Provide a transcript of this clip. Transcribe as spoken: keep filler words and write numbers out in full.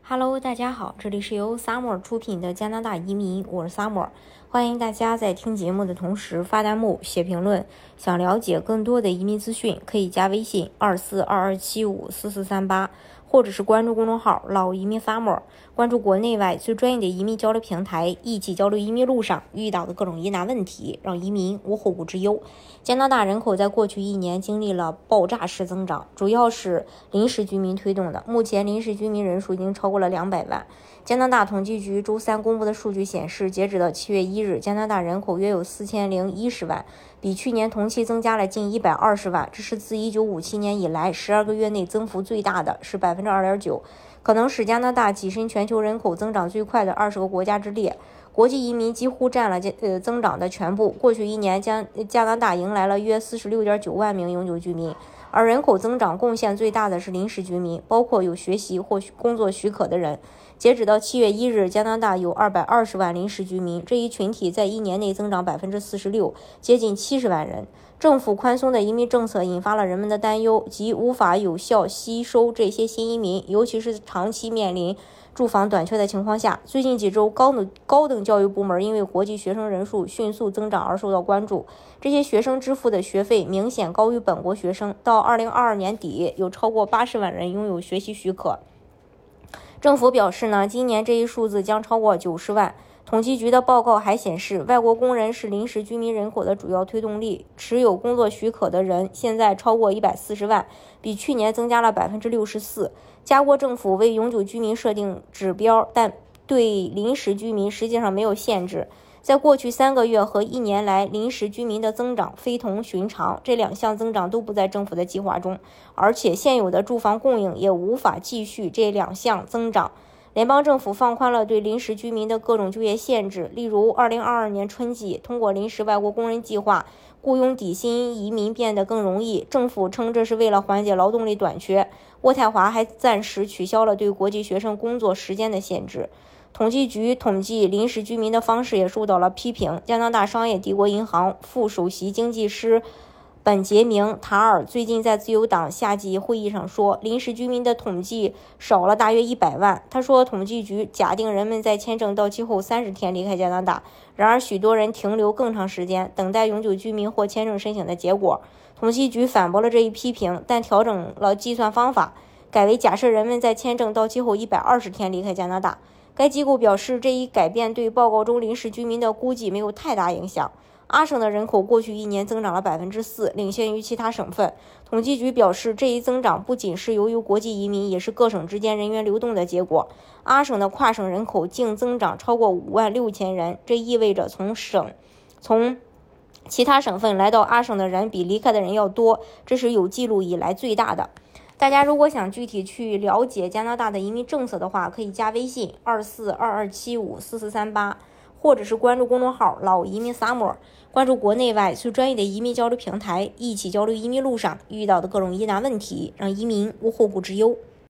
Hello， 大家好，这里是由 Summer 出品的加拿大移民，我是 Summer， 欢迎大家在听节目的同时发弹幕、写评论。想了解更多的移民资讯，可以加微信二四二二七五四四三八，或者是关注公众号老移民 Summer， 关注国内外最专业的移民交流平台，一起交流移民路上遇到的各种疑难问题，让移民无后顾之忧。加拿大人口在过去一年经历了爆炸式增长，主要是临时居民推动的。目前临时居民人数已经超过了两百万。加拿大统计局周三公布的数据显示，截止到七月一日，加拿大人口约有四千零一十万，比去年同期增加了近一百二十万，这是自一九五七年以来十二个月内增幅最大的，是 百分之二点九， 可能使加拿大跻身全球人口增长最快的二十个国家之列。国际移民几乎占了呃增长的全部。过去一年，加加拿大迎来了约 四十六点九万名永久居民，而人口增长贡献最大的是临时居民，包括有学习或工作许可的人。截止到七月一日，加拿大有二百二十万临时居民，这一群体在一年内增长 百分之四十六， 接近七十万人。政府宽松的移民政策引发了人们的担忧，即无法有效吸收这些新移民，尤其是长期面临住房短缺的情况下。最近几周，高等高等教育部门因为国际学生人数迅速增长而受到关注。这些学生支付的学费明显高于本国学生，到二零二二年底，有超过八十万人拥有学习许可。政府表示呢，今年这一数字将超过九十万。统计局的报告还显示，外国工人是临时居民人口的主要推动力，持有工作许可的人现在超过一百四十万，比去年增加了 百分之六十四。加国政府为永久居民设定指标，但对临时居民实际上没有限制。在过去三个月和一年来，临时居民的增长非同寻常，这两项增长都不在政府的计划中，而且现有的住房供应也无法继续这两项增长。联邦政府放宽了对临时居民的各种就业限制，例如二零二二年春季，通过临时外国工人计划，雇佣底薪移民变得更容易，政府称这是为了缓解劳动力短缺。渥太华还暂时取消了对国际学生工作时间的限制。统计局统计临时居民的方式也受到了批评。加拿大商业帝国银行副首席经济师本杰明·塔尔最近在自由党夏季会议上说，临时居民的统计少了大约一百万。他说，统计局假定人们在签证到期后三十天离开加拿大，然而许多人停留更长时间，等待永久居民或签证申请的结果。统计局反驳了这一批评，但调整了计算方法，改为假设人们在签证到期后一百二十天离开加拿大。该机构表示，这一改变对报告中临时居民的估计没有太大影响。阿省的人口过去一年增长了 百分之四， 领先于其他省份。统计局表示，这一增长不仅是由于国际移民，也是各省之间人员流动的结果。阿省的跨省人口净增长超过五万六千人，这意味着从省从其他省份来到阿省的人比离开的人要多，这是有记录以来最大的。大家如果想具体去了解加拿大的移民政策的话，可以加微信二四二二七五四四三八，或者是关注公众号老移民 Summer， 关注国内外最专业的移民交流平台，一起交流移民路上遇到的各种疑难问题，让移民无后顾之忧。